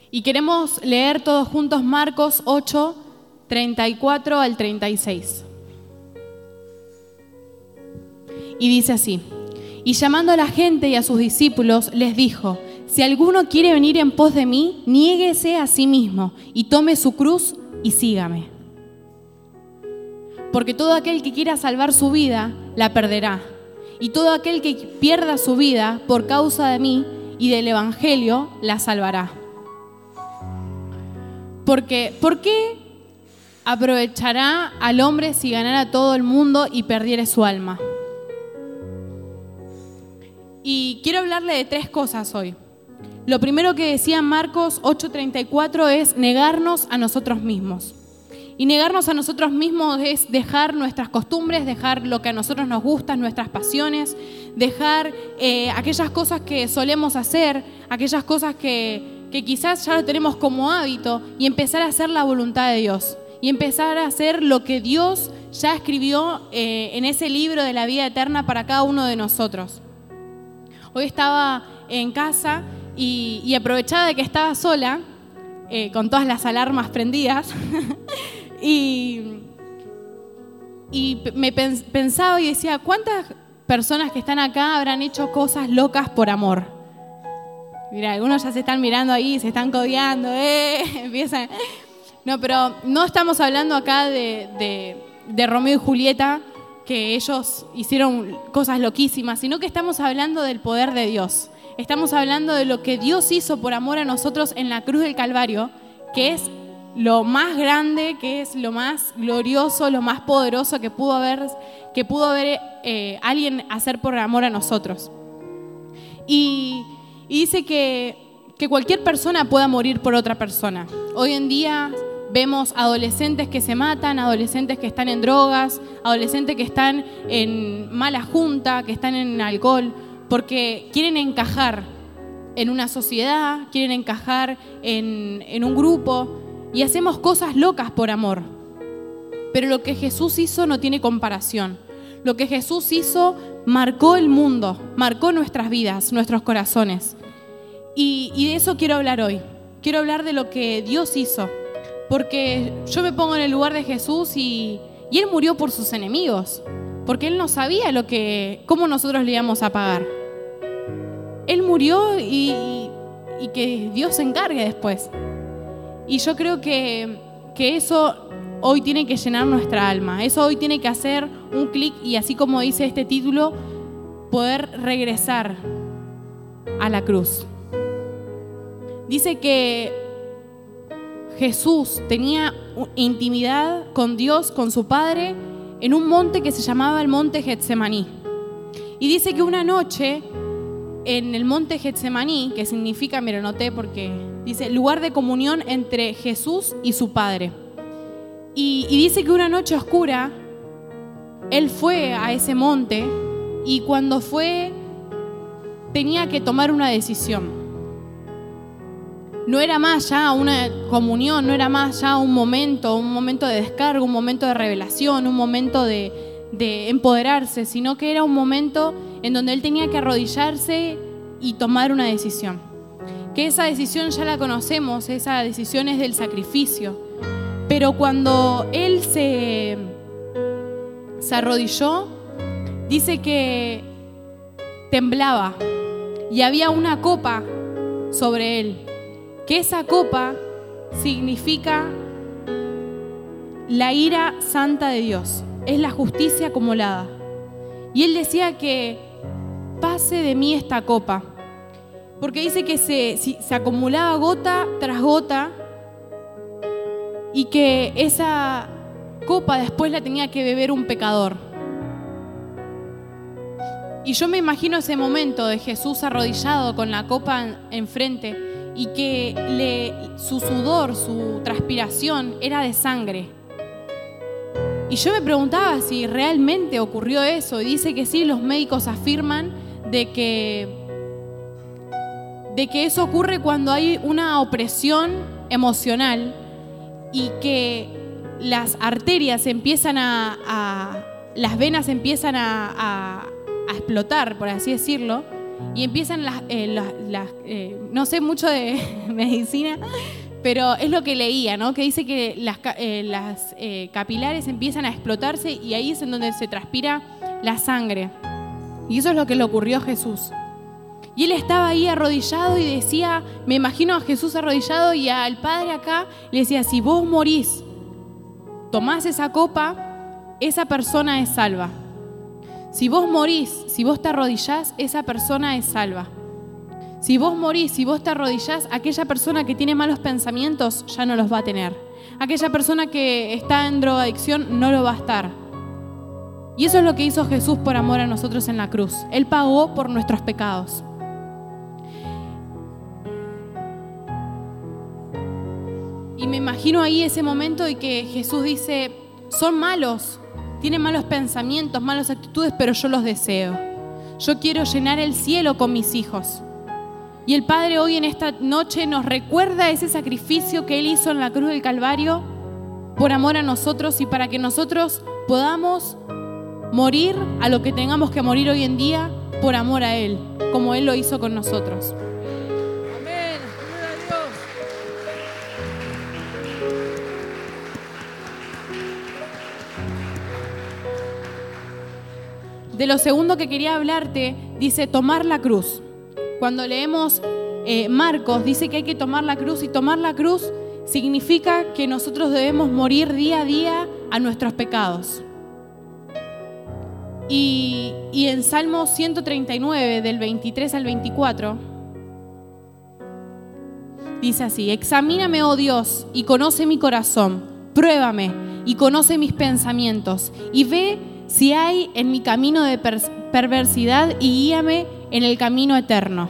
Y queremos leer todos juntos Marcos 8, 34 al 36. Y dice así: y llamando a la gente y a sus discípulos, les dijo: si alguno quiere venir en pos de mí, niéguese a sí mismo y tome su cruz y sígame. Porque todo aquel que quiera salvar su vida, la perderá. Y todo aquel que pierda su vida por causa de mí y del Evangelio, la salvará. Porque, ¿por qué aprovechará al hombre si ganara todo el mundo y perdiere su alma? Y quiero hablarle de 3 cosas hoy. Lo primero que decía Marcos 8:34 es negarnos a nosotros mismos. Y negarnos a nosotros mismos es dejar nuestras costumbres, dejar lo que a nosotros nos gusta, nuestras pasiones, dejar aquellas cosas que solemos hacer, aquellas cosas que quizás ya lo tenemos como hábito, y empezar a hacer la voluntad de Dios. Y empezar a hacer lo que Dios ya escribió en ese libro de la vida eterna para cada uno de nosotros. Hoy estaba en casa y aprovechaba de que estaba sola, con todas las alarmas prendidas, y me pensaba y decía, ¿cuántas personas que están acá habrán hecho cosas locas por amor? Mira, algunos ya se están mirando ahí, se están codeando, empiezan. No, pero no estamos hablando acá de Romeo y Julieta, que ellos hicieron cosas loquísimas, sino que estamos hablando del poder de Dios. Estamos hablando de lo que Dios hizo por amor a nosotros en la cruz del Calvario, que es lo más grande, que es lo más glorioso, lo más poderoso que pudo haber alguien hacer por amor a nosotros. Y dice que cualquier persona pueda morir por otra persona. Hoy en día vemos adolescentes que se matan, adolescentes que están en drogas, adolescentes que están en mala junta, que están en alcohol, porque quieren encajar en una sociedad, quieren encajar en un grupo, y hacemos cosas locas por amor. Pero lo que Jesús hizo no tiene comparación. Lo que Jesús hizo marcó el mundo, marcó nuestras vidas, nuestros corazones. Y de eso quiero hablar hoy. Quiero hablar de lo que Dios hizo. Porque yo me pongo en el lugar de Jesús y Él murió por sus enemigos. Porque Él no sabía cómo nosotros le íbamos a pagar. Él murió y que Dios se encargue después. Y yo creo que eso hoy tiene que llenar nuestra alma. Eso hoy tiene que hacer un clic y, así como dice este título, poder regresar a la cruz. Dice que Jesús tenía intimidad con Dios, con su Padre, en un monte que se llamaba el monte Getsemaní. Y dice que una noche en el monte Getsemaní, que significa, me lo noté porque dice lugar de comunión entre Jesús y su Padre. Y dice que una noche oscura, Él fue a ese monte y cuando fue, tenía que tomar una decisión. No era más ya una comunión, no era más ya un momento de descarga, un momento de revelación, un momento de empoderarse, sino que era un momento en donde Él tenía que arrodillarse y tomar una decisión. Que esa decisión ya la conocemos, esa decisión es del sacrificio. Pero cuando Él se arrodilló, dice que temblaba y había una copa sobre Él. Que esa copa significa la ira santa de Dios, es la justicia acumulada. Y Él decía que pase de mí esta copa, porque dice que se acumulaba gota tras gota y que esa copa después la tenía que beber un pecador. Y yo me imagino ese momento de Jesús arrodillado con la copa enfrente y que su sudor, su transpiración era de sangre. Y yo me preguntaba si realmente ocurrió eso. Y dice que sí, los médicos afirman de que eso ocurre cuando hay una opresión emocional y que las arterias empiezan las venas empiezan a explotar, por así decirlo, y empiezan no sé mucho de medicina, pero es lo que leía, ¿no? Que dice que las capilares empiezan a explotarse y ahí es en donde se transpira la sangre. Y eso es lo que le ocurrió a Jesús. Y él estaba ahí arrodillado y decía, me imagino a Jesús arrodillado y al Padre acá, le decía, si vos morís, tomás esa copa, esa persona es salva. Si vos morís, si vos te arrodillás, esa persona es salva. Si vos morís, si vos te arrodillás, aquella persona que tiene malos pensamientos ya no los va a tener. Aquella persona que está en drogadicción no lo va a estar. Y eso es lo que hizo Jesús por amor a nosotros en la cruz. Él pagó por nuestros pecados. Y me imagino ahí ese momento y que Jesús dice, son malos, tienen malos pensamientos, malas actitudes, pero yo los deseo. Yo quiero llenar el cielo con mis hijos. Y el Padre hoy en esta noche nos recuerda ese sacrificio que Él hizo en la cruz del Calvario por amor a nosotros y para que nosotros podamos morir a lo que tengamos que morir hoy en día por amor a Él, como Él lo hizo con nosotros. Amén. Gloria a Dios. De lo segundo que quería hablarte, dice tomar la cruz. Cuando leemos Marcos, dice que hay que tomar la cruz y tomar la cruz significa que nosotros debemos morir día a día a nuestros pecados. Y en Salmo 139, del 23 al 24, dice así, examíname, oh Dios, y conoce mi corazón, pruébame y conoce mis pensamientos, y ve si hay en mi camino de perversidad y guíame en el camino eterno.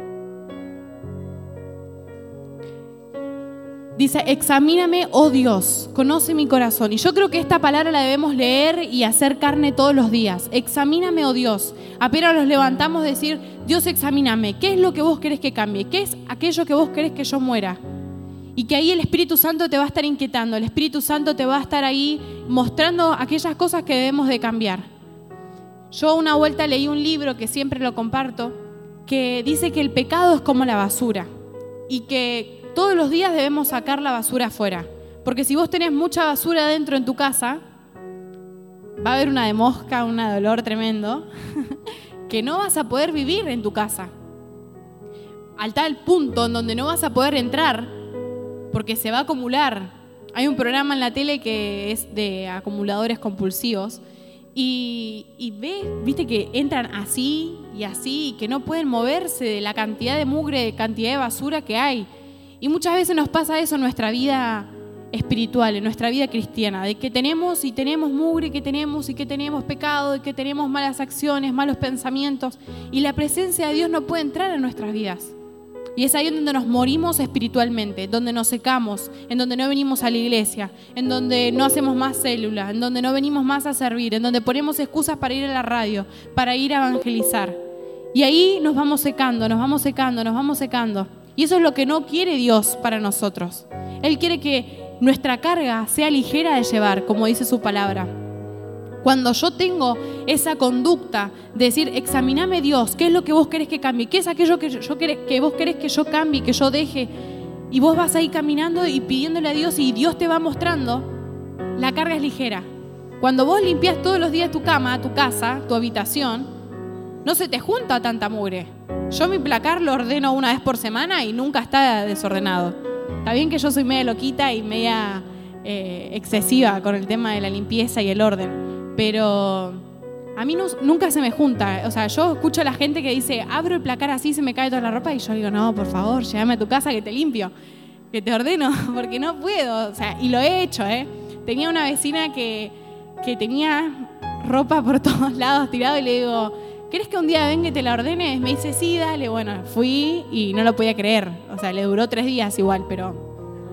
Dice, examíname, oh Dios, conoce mi corazón. Y yo creo que esta palabra la debemos leer y hacer carne todos los días. Examíname, oh Dios. Apenas nos levantamos, decir, Dios, examíname. ¿Qué es lo que vos querés que cambie? ¿Qué es aquello que vos querés que yo muera? Y que ahí el Espíritu Santo te va a estar inquietando. El Espíritu Santo te va a estar ahí mostrando aquellas cosas que debemos de cambiar. Yo una vuelta leí un libro que siempre lo comparto, que dice que el pecado es como la basura y que todos los días debemos sacar la basura afuera. Porque si vos tenés mucha basura dentro en tu casa, va a haber una de mosca, un dolor tremendo, que no vas a poder vivir en tu casa. Al tal punto en donde no vas a poder entrar porque se va a acumular. Hay un programa en la tele que es de acumuladores compulsivos y viste que entran así y así y que no pueden moverse de la cantidad de mugre, de cantidad de basura que hay. Y muchas veces nos pasa eso en nuestra vida espiritual, en nuestra vida cristiana, de que tenemos y tenemos mugre, que tenemos y que tenemos pecado, y que tenemos malas acciones, malos pensamientos, y la presencia de Dios no puede entrar en nuestras vidas. Y es ahí donde nos morimos espiritualmente, donde nos secamos, en donde no venimos a la iglesia, en donde no hacemos más células, en donde no venimos más a servir, en donde ponemos excusas para ir a la radio, para ir a evangelizar. Y ahí nos vamos secando, nos vamos secando, nos vamos secando. Y eso es lo que no quiere Dios para nosotros. Él quiere que nuestra carga sea ligera de llevar, como dice su palabra. Cuando yo tengo esa conducta de decir, examíname Dios, ¿qué es lo que vos querés que cambie? ¿Qué es aquello que vos querés que yo cambie, que yo deje? Y vos vas ahí caminando y pidiéndole a Dios y Dios te va mostrando, la carga es ligera. Cuando vos limpias todos los días tu cama, tu casa, tu habitación, no se te junta tanta mugre. Yo mi placar lo ordeno una vez por semana y nunca está desordenado. Está bien que yo soy media loquita y media excesiva con el tema de la limpieza y el orden, pero a mí nunca se me junta. O sea, yo escucho a la gente que dice, abro el placar así, se me cae toda la ropa, y yo digo, no, por favor, llévame a tu casa que te limpio, que te ordeno, porque no puedo. O sea, y lo he hecho, Tenía una vecina que tenía ropa por todos lados tirado y le digo, ¿querés que un día venga y te la ordenes? Me dice, sí, dale. Bueno, fui y no lo podía creer. O sea, le duró 3 días igual, pero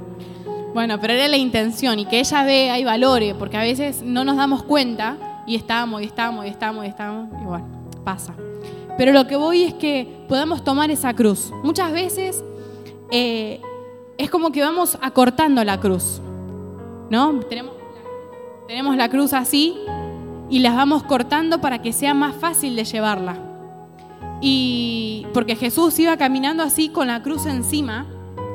pero era la intención y que ella vea y valore, porque a veces no nos damos cuenta y estamos, y bueno, pasa. Pero lo que voy es que podamos tomar esa cruz. Muchas veces es como que vamos acortando la cruz, ¿no? Tenemos la cruz así y las vamos cortando para que sea más fácil de llevarla. Y porque Jesús iba caminando así con la cruz encima.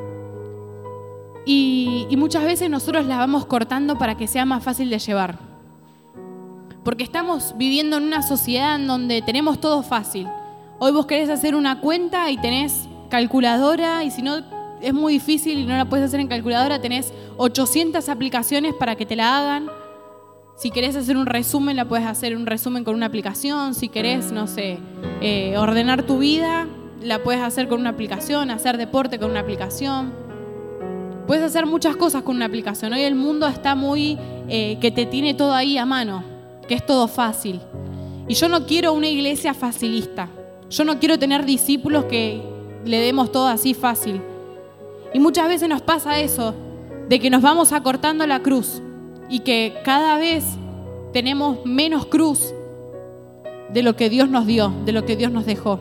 Y muchas veces nosotros la vamos cortando para que sea más fácil de llevar. Porque estamos viviendo en una sociedad en donde tenemos todo fácil. Hoy vos querés hacer una cuenta y tenés calculadora, y si no es muy difícil y no la puedes hacer en calculadora, tenés 800 aplicaciones para que te la hagan. Si querés hacer un resumen, la puedes hacer un resumen con una aplicación. Si querés, no sé, ordenar tu vida, la puedes hacer con una aplicación, hacer deporte con una aplicación. Puedes hacer muchas cosas con una aplicación. Hoy el mundo está muy que te tiene todo ahí a mano, que es todo fácil. Y yo no quiero una iglesia facilista. Yo no quiero tener discípulos que le demos todo así fácil. Y muchas veces nos pasa eso, de que nos vamos acortando la cruz y que cada vez tenemos menos cruz de lo que Dios nos dio, de lo que Dios nos dejó.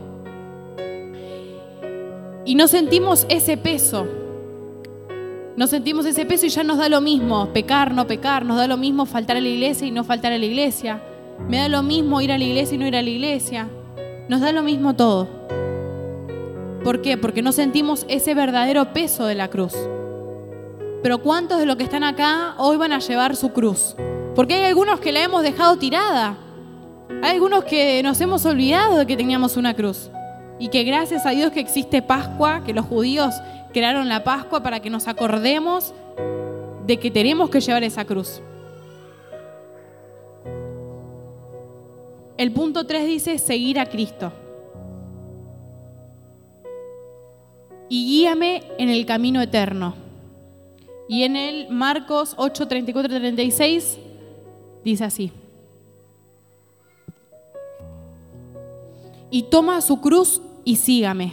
Y no sentimos ese peso. No sentimos ese peso y ya nos da lo mismo pecar, no pecar, nos da lo mismo faltar a la iglesia y no faltar a la iglesia. Me da lo mismo ir a la iglesia y no ir a la iglesia. Nos da lo mismo todo. ¿Por qué? Porque no sentimos ese verdadero peso de la cruz. Pero ¿cuántos de los que están acá hoy van a llevar su cruz? Porque hay algunos que la hemos dejado tirada. Hay algunos que nos hemos olvidado de que teníamos una cruz. Y que gracias a Dios que existe Pascua, que los judíos crearon la Pascua para que nos acordemos de que tenemos que llevar esa cruz. El punto 3 dice seguir a Cristo. Y guíame en el camino eterno. Y en el Marcos 8, 34, 36 dice así. Y toma su cruz y sígame.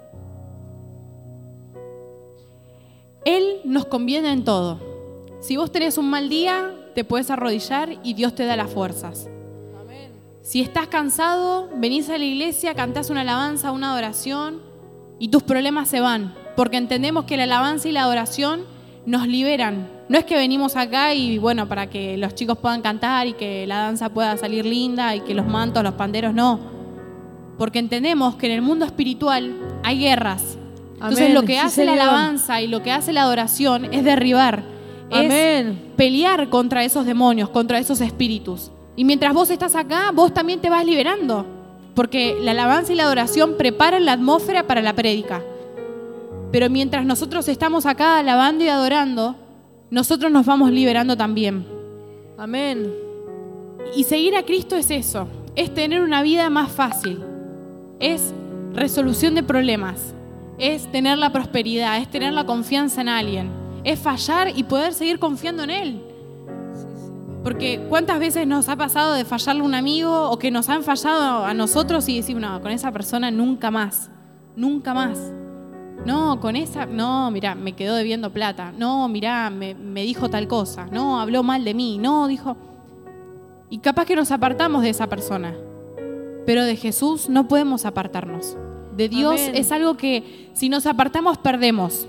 Él nos conviene en todo. Si vos tenés un mal día, te puedes arrodillar y Dios te da las fuerzas. Amén. Si estás cansado, venís a la iglesia, cantás una alabanza, una adoración y tus problemas se van. Porque entendemos que la alabanza y la adoración nos liberan. No es que venimos acá y bueno, para que los chicos puedan cantar y que la danza pueda salir linda y que los mantos, los panderos, no. Porque entendemos que en el mundo espiritual hay guerras. Entonces Amén. lo que hace la Señor. alabanza y lo que hace la adoración es derribar, Amén. es pelear contra esos demonios, contra esos espíritus. Y mientras vos estás acá, vos también te vas liberando. Porque la alabanza y la adoración preparan la atmósfera para la prédica. Pero mientras nosotros estamos acá alabando y adorando, nosotros nos vamos liberando también. Amén. Y seguir a Cristo es eso, es tener una vida más fácil, es resolución de problemas, es tener la prosperidad, es tener la confianza en alguien, es fallar y poder seguir confiando en Él. Porque ¿cuántas veces nos ha pasado de fallarle a un amigo o que nos han fallado a nosotros y decimos, no, con esa persona nunca más, nunca más? No, con esa, no, mirá, me quedó debiendo plata. No, mirá, me dijo tal cosa. No, habló mal de mí. No, dijo... Y capaz que nos apartamos de esa persona. Pero de Jesús no podemos apartarnos. De Dios Amén. es algo que si nos apartamos perdemos.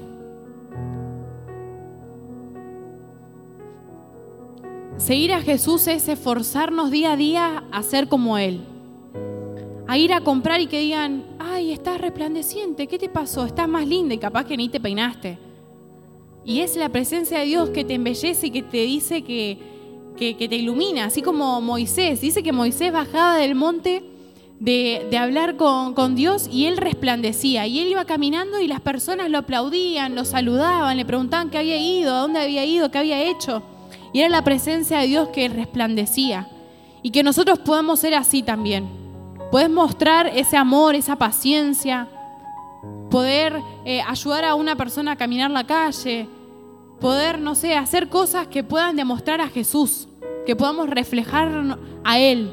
Seguir a Jesús es esforzarnos día a día a ser como Él. A ir a comprar y que digan, ay, estás resplandeciente, ¿qué te pasó? Estás más linda y capaz que ni te peinaste. Y es la presencia de Dios que te embellece y que te dice que te ilumina, así como Moisés. Dice que Moisés bajaba del monte de hablar con Dios y él resplandecía. Y él iba caminando y las personas lo aplaudían, lo saludaban, le preguntaban qué había ido, a dónde había ido, qué había hecho. Y era la presencia de Dios que resplandecía. Y que nosotros podamos ser así también. Poder mostrar ese amor, esa paciencia, poder ayudar a una persona a caminar la calle, poder, no sé, hacer cosas que puedan demostrar a Jesús, que podamos reflejar a Él.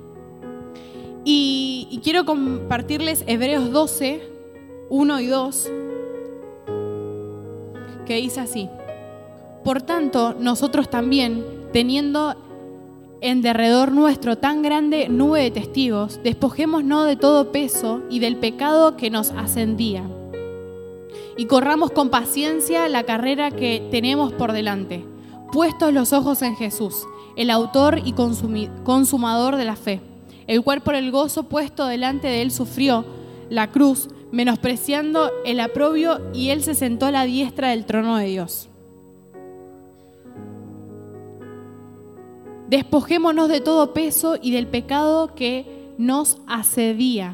Y quiero compartirles Hebreos 12, 1 y 2, que dice así. Por tanto, nosotros también, teniendo en derredor nuestro tan grande nube de testigos, despojémonos de todo peso y del pecado que nos ascendía. Y corramos con paciencia la carrera que tenemos por delante, puestos los ojos en Jesús, el autor y consumador de la fe, el cual por el gozo puesto delante de él sufrió, la cruz, menospreciando el oprobio, y Él se sentó a la diestra del trono de Dios. Despojémonos de todo peso y del pecado que nos asedia.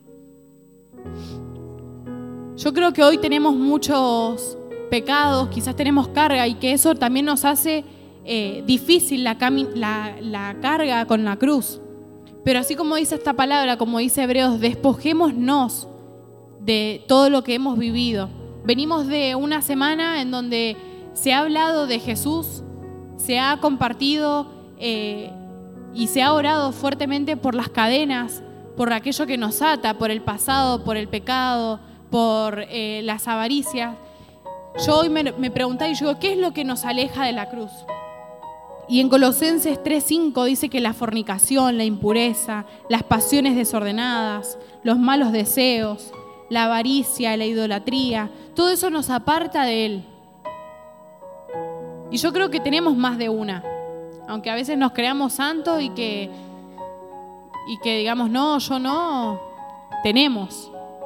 Yo creo que hoy tenemos muchos pecados, quizás tenemos carga, y que eso también nos hace difícil la carga con la cruz. Pero así como dice esta palabra, como dice Hebreos, despojémonos de todo lo que hemos vivido. Venimos de una semana en donde se ha hablado de Jesús, se ha compartido y se ha orado fuertemente por las cadenas, por aquello que nos ata, por el pasado, por el pecado, por las avaricias. Yo hoy me preguntaba y yo digo, ¿qué es lo que nos aleja de la cruz? Y en Colosenses 3:5 dice que la fornicación, la impureza, las pasiones desordenadas, los malos deseos, la avaricia, la idolatría, todo eso nos aparta de Él. Y yo creo que tenemos más de una, aunque a veces nos creamos santos y que digamos, no, yo no, tenemos.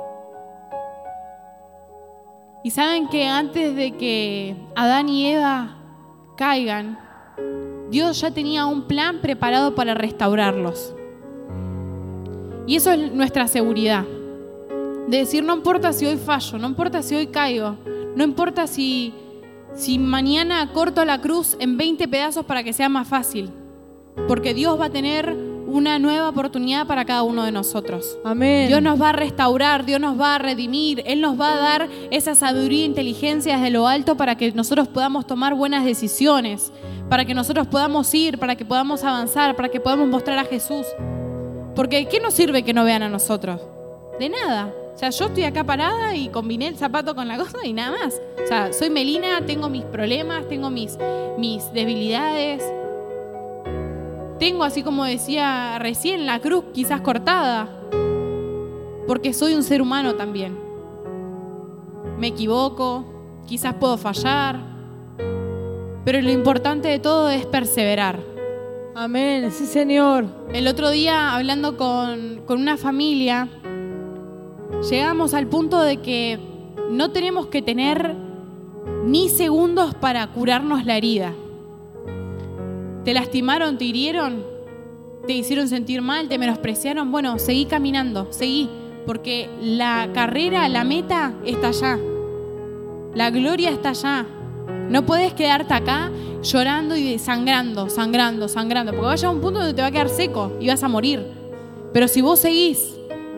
Y saben que antes de que Adán y Eva caigan, Dios ya tenía un plan preparado para restaurarlos. Y eso es nuestra seguridad. De decir, no importa si hoy fallo, no importa si hoy caigo, no importa si mañana corto la cruz en 20 pedazos para que sea más fácil. Porque Dios va a tener una nueva oportunidad para cada uno de nosotros. Amén. Dios nos va a restaurar, Dios nos va a redimir, Él nos va a dar esa sabiduría e inteligencia desde lo alto para que nosotros podamos tomar buenas decisiones, para que nosotros podamos ir, para que podamos avanzar, para que podamos mostrar a Jesús. Porque ¿qué nos sirve que no vean a nosotros? De nada. O sea, yo estoy acá parada y combiné el zapato con la cosa y nada más. O sea, soy Melina, tengo mis problemas, tengo mis debilidades. Tengo, así como decía recién, la cruz quizás cortada, porque soy un ser humano también. Me equivoco, quizás puedo fallar, pero lo importante de todo es perseverar. Amén, sí, Señor. El otro día, hablando con una familia, llegamos al punto de que no tenemos que tener ni segundos para curarnos la herida. ¿Te lastimaron, te hirieron, te hicieron sentir mal, te menospreciaron? Bueno, seguí caminando, seguí, porque la carrera, la meta está allá. La gloria está allá. No puedes quedarte acá llorando y sangrando, porque va a llegar un punto donde te va a quedar seco y vas a morir. Pero si vos seguís,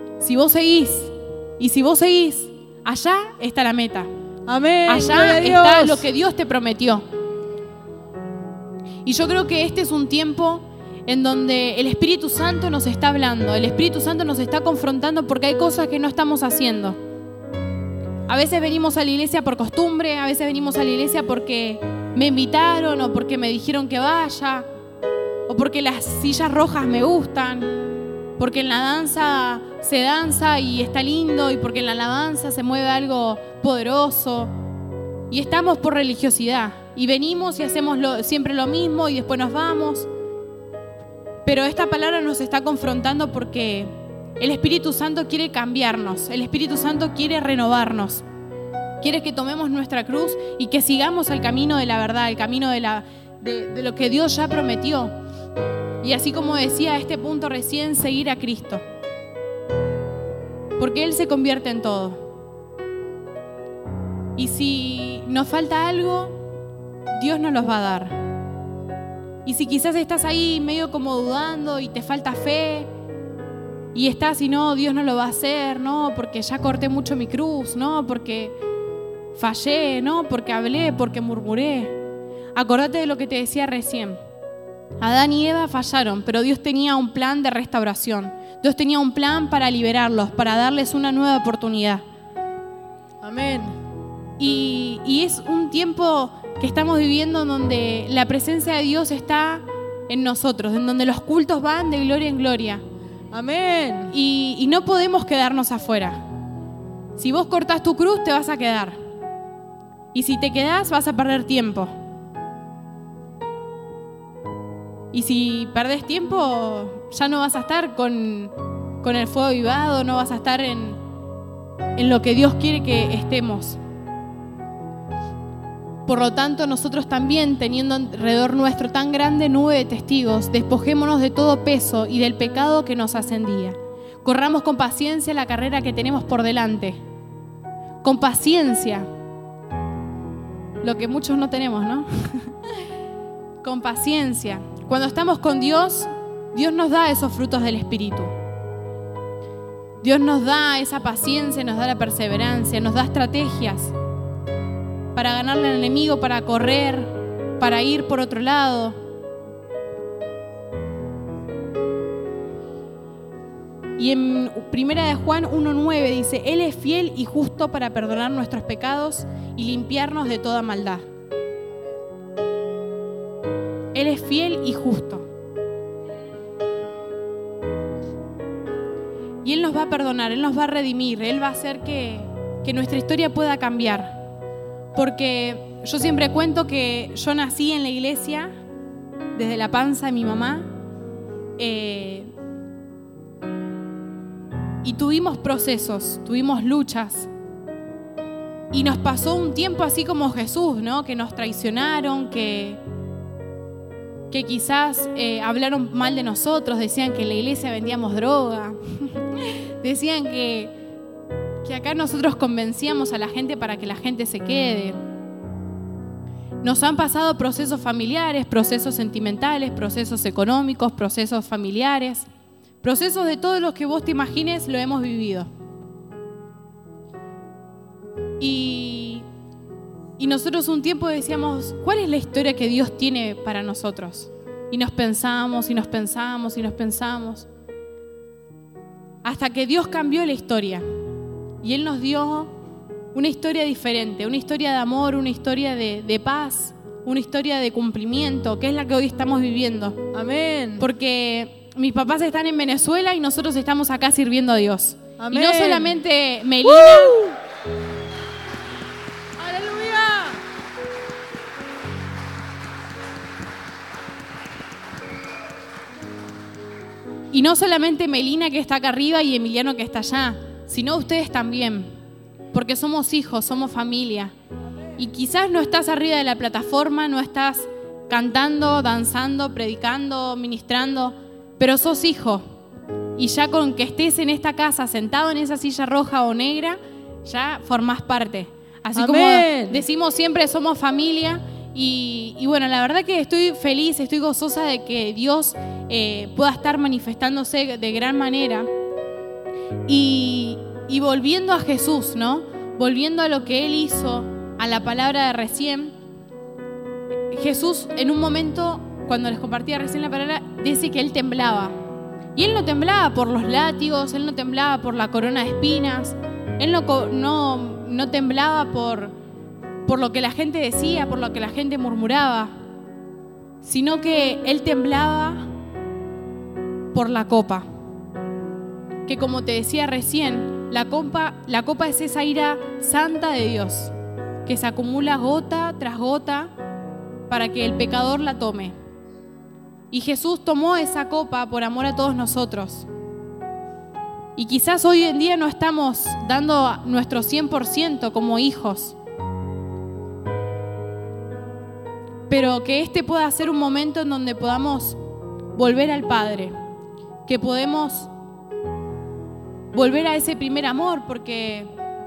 allá está la meta. Amén. Allá está lo que Dios te prometió. Y yo creo que este es un tiempo en donde el Espíritu Santo nos está hablando, el Espíritu Santo nos está confrontando porque hay cosas que no estamos haciendo. A veces venimos a la iglesia por costumbre, a veces venimos a la iglesia porque me invitaron o porque me dijeron que vaya, o porque las sillas rojas me gustan, porque en la danza se danza y está lindo, y porque en la alabanza se mueve algo poderoso. Y estamos por religiosidad. Y venimos y hacemos siempre lo mismo y después nos vamos. Pero esta palabra nos está confrontando porque el Espíritu Santo quiere cambiarnos. El Espíritu Santo quiere renovarnos. Quiere que tomemos nuestra cruz y que sigamos el camino de la verdad, el camino de lo que Dios ya prometió. Y así como decía a este punto recién, seguir a Cristo. Porque Él se convierte en todo. Y si nos falta algo, Dios nos los va a dar. Y si quizás estás ahí medio como dudando y te falta fe y estás y no, Dios no lo va a hacer, no, porque ya corté mucho mi cruz, no, porque fallé, no, porque hablé, porque murmuré. Acordate de lo que te decía recién. Adán y Eva fallaron, pero Dios tenía un plan de restauración. Dios tenía un plan para liberarlos, para darles una nueva oportunidad. Amén. Y es un tiempo que estamos viviendo en donde la presencia de Dios está en nosotros, en donde los cultos van de gloria en gloria. Amén. Y no podemos quedarnos afuera. Si vos cortás tu cruz, te vas a quedar. Y si te quedás, vas a perder tiempo. Y si perdés tiempo, ya no vas a estar con el fuego avivado, no vas a estar en en lo que Dios quiere que estemos. Por lo tanto, nosotros también, teniendo alrededor nuestro tan grande nube de testigos, despojémonos de todo peso y del pecado que nos ascendía. Corramos con paciencia la carrera que tenemos por delante. Con paciencia. Lo que muchos no tenemos, ¿no? Con paciencia. Cuando estamos con Dios, Dios nos da esos frutos del Espíritu. Dios nos da esa paciencia, nos da la perseverancia, nos da estrategias para ganarle al enemigo, para correr, para ir por otro lado. Y en 1 de Juan 1:9 dice: Él es fiel y justo para perdonar nuestros pecados y limpiarnos de toda maldad. Él es fiel y justo. Y Él nos va a perdonar, Él nos va a redimir, Él va a hacer que nuestra historia pueda cambiar. Porque yo siempre cuento que yo nací en la iglesia, desde la panza de mi mamá, y tuvimos procesos, tuvimos luchas. Y nos pasó un tiempo así como Jesús, ¿no? Que nos traicionaron, que quizás hablaron mal de nosotros, decían que en la iglesia vendíamos droga, decían que acá nosotros convencíamos a la gente para que la gente se quede. Nos han pasado procesos familiares, procesos sentimentales, procesos económicos, procesos familiares, procesos de todos los que vos te imagines, lo hemos vivido. Y nosotros un tiempo decíamos, ¿cuál es la historia que Dios tiene para nosotros? Y nos pensábamos, y nos pensábamos, y nos pensábamos. Hasta que Dios cambió la historia. Y Él nos dio una historia diferente, una historia de amor, una historia de paz, una historia de cumplimiento, que es la que hoy estamos viviendo. Amén. Porque mis papás están en Venezuela y nosotros estamos acá sirviendo a Dios. Amén. Y no solamente Melina. ¡Aleluya! Y no solamente Melina, que está acá arriba, y Emiliano, que está allá, sino ustedes también, porque somos hijos, somos familia. Y quizás no estás arriba de la plataforma, no estás cantando, danzando, predicando, ministrando, pero sos hijo. Y ya con que estés en esta casa, sentado en esa silla roja o negra, ya formás parte. Así Amén. como decimos siempre, somos familia. Y bueno, la verdad que estoy feliz, estoy gozosa de que Dios pueda estar manifestándose de gran manera. Y volviendo a Jesús, ¿no? Volviendo a lo que Él hizo, a la palabra de recién, Jesús en un momento, cuando les compartía recién la palabra, dice que Él temblaba. Y Él no temblaba por los látigos, Él no temblaba por la corona de espinas, Él no temblaba por lo que la gente decía, por lo que la gente murmuraba, sino que Él temblaba por la copa. Que como te decía recién, la copa es esa ira santa de Dios, que se acumula gota tras gota para que el pecador la tome. Y Jesús tomó esa copa por amor a todos nosotros. Y quizás hoy en día no estamos dando nuestro 100% como hijos, pero que este pueda ser un momento en donde podamos volver al Padre, que podemos volver a ese primer amor, porque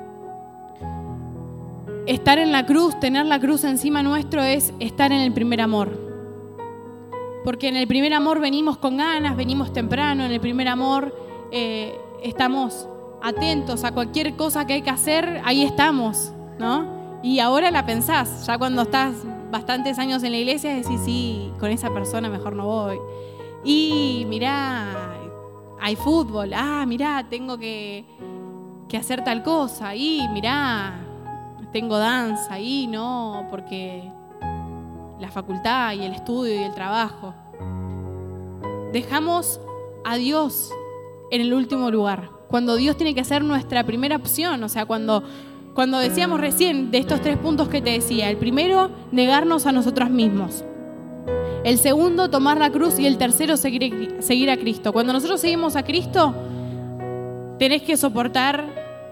estar en la cruz, tener la cruz encima nuestro es estar en el primer amor. Porque en el primer amor venimos con ganas, venimos temprano, en el primer amor estamos atentos a cualquier cosa que hay que hacer, ahí estamos, ¿no? Y ahora la pensás, ya cuando estás bastantes años en la iglesia, decís, sí, con esa persona mejor no voy. Y mirá, hay fútbol, mirá, tengo que hacer tal cosa, y mirá, tengo danza, y no, porque la facultad y el estudio y el trabajo. Dejamos a Dios en el último lugar, cuando Dios tiene que ser nuestra primera opción. O sea, cuando decíamos recién de estos 3 puntos que te decía, el primero, negarnos a nosotros mismos. El segundo, tomar la cruz. Y el tercero, seguir a Cristo. Cuando nosotros seguimos a Cristo, tenés que soportar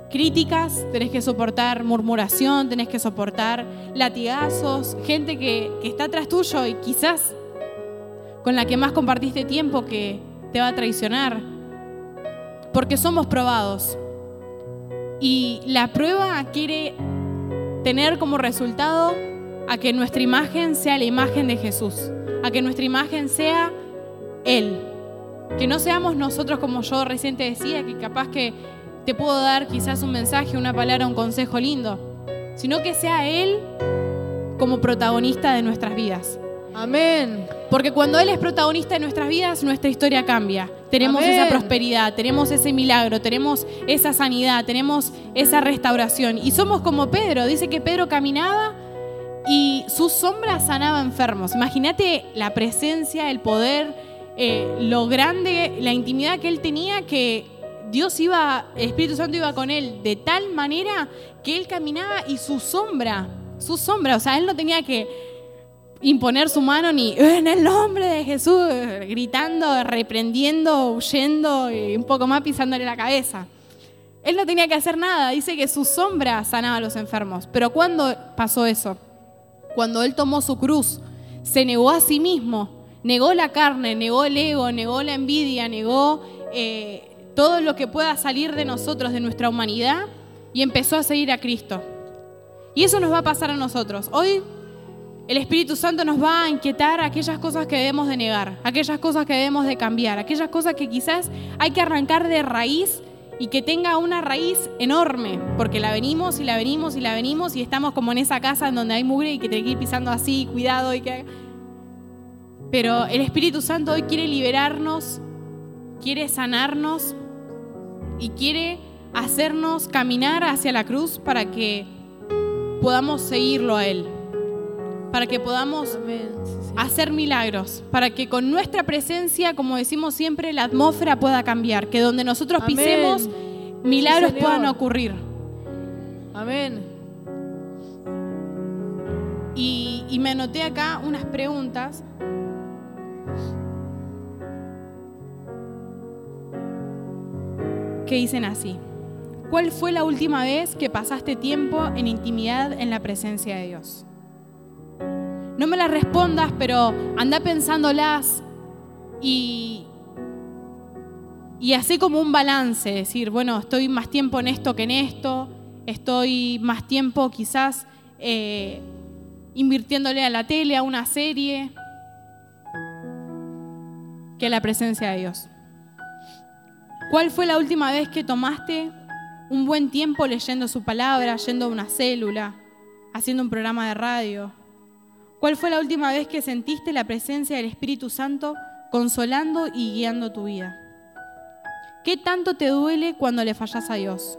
críticas, tenés que soportar murmuración, tenés que soportar latigazos, gente que está atrás tuyo y quizás con la que más compartiste tiempo que te va a traicionar, porque somos probados. Y la prueba quiere tener como resultado a que nuestra imagen sea la imagen de Jesús, a que nuestra imagen sea Él. Que no seamos nosotros, como yo recién te decía, que capaz que te puedo dar quizás un mensaje, una palabra, un consejo lindo, sino que sea Él como protagonista de nuestras vidas. Amén. Porque cuando Él es protagonista de nuestras vidas, nuestra historia cambia. Tenemos Amén. esa prosperidad, tenemos ese milagro, tenemos esa sanidad, tenemos esa restauración. Y somos como Pedro. Dice que Pedro caminaba y su sombra sanaba enfermos. Imagínate la presencia, el poder, lo grande, la intimidad que él tenía, que el Espíritu Santo iba con él de tal manera que él caminaba y su sombra, o sea, él no tenía que imponer su mano ni en el nombre de Jesús, gritando, reprendiendo, huyendo y un poco más pisándole la cabeza. Él no tenía que hacer nada, dice que su sombra sanaba a los enfermos. Pero ¿cuándo pasó eso? Cuando él tomó su cruz, se negó a sí mismo, negó la carne, negó el ego, negó la envidia, negó todo lo que pueda salir de nosotros, de nuestra humanidad, y empezó a seguir a Cristo. Y eso nos va a pasar a nosotros. Hoy el Espíritu Santo nos va a inquietar aquellas cosas que debemos de negar, aquellas cosas que debemos de cambiar, aquellas cosas que quizás hay que arrancar de raíz y que tenga una raíz enorme, porque la venimos y la venimos y la venimos y estamos como en esa casa en donde hay mugre y que tenés que ir pisando así, cuidado. Pero el Espíritu Santo hoy quiere liberarnos, quiere sanarnos y quiere hacernos caminar hacia la cruz para que podamos seguirlo a Él, para que podamos hacer milagros, para que con nuestra presencia, como decimos siempre, la atmósfera pueda cambiar, que donde nosotros pisemos, milagros puedan ocurrir. Amén. Y me anoté acá unas preguntas. Que dicen así: ¿cuál fue la última vez que pasaste tiempo en intimidad en la presencia de Dios? No me las respondas, pero anda pensándolas y así como un balance, decir, bueno, estoy más tiempo en esto que en esto, estoy más tiempo quizás invirtiéndole a la tele, a una serie, que a la presencia de Dios. ¿Cuál fue la última vez que tomaste un buen tiempo leyendo su palabra, yendo a una célula, haciendo un programa de radio? ¿Cuál fue la última vez que sentiste la presencia del Espíritu Santo consolando y guiando tu vida? ¿Qué tanto te duele cuando le fallas a Dios?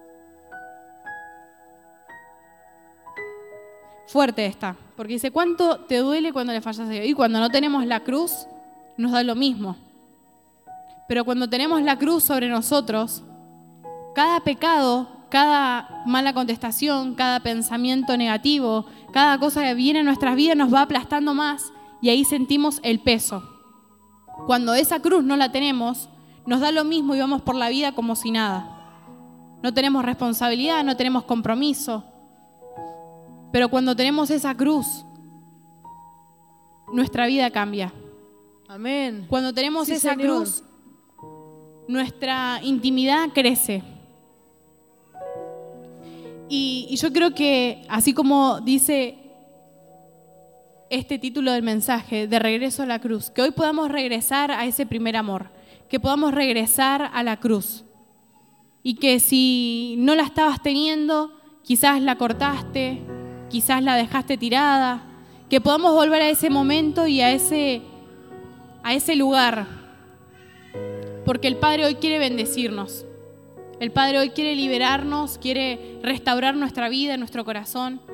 Fuerte está, porque dice, ¿cuánto te duele cuando le fallas a Dios? Y cuando no tenemos la cruz, nos da lo mismo. Pero cuando tenemos la cruz sobre nosotros, cada pecado, cada mala contestación, cada pensamiento negativo, cada cosa que viene en nuestras vidas nos va aplastando más y ahí sentimos el peso. Cuando esa cruz no la tenemos, nos da lo mismo y vamos por la vida como si nada. No tenemos responsabilidad, no tenemos compromiso. Pero cuando tenemos esa cruz, nuestra vida cambia. Amén. Cuando tenemos esa Señor. cruz, nuestra intimidad crece. Y yo creo que, así como dice este título del mensaje, de regreso a la cruz, que hoy podamos regresar a ese primer amor, que podamos regresar a la cruz. Y que si no la estabas teniendo, quizás la cortaste, quizás la dejaste tirada, que podamos volver a ese momento y a ese lugar. Porque el Padre hoy quiere bendecirnos. El Padre hoy quiere liberarnos, quiere restaurar nuestra vida, nuestro corazón.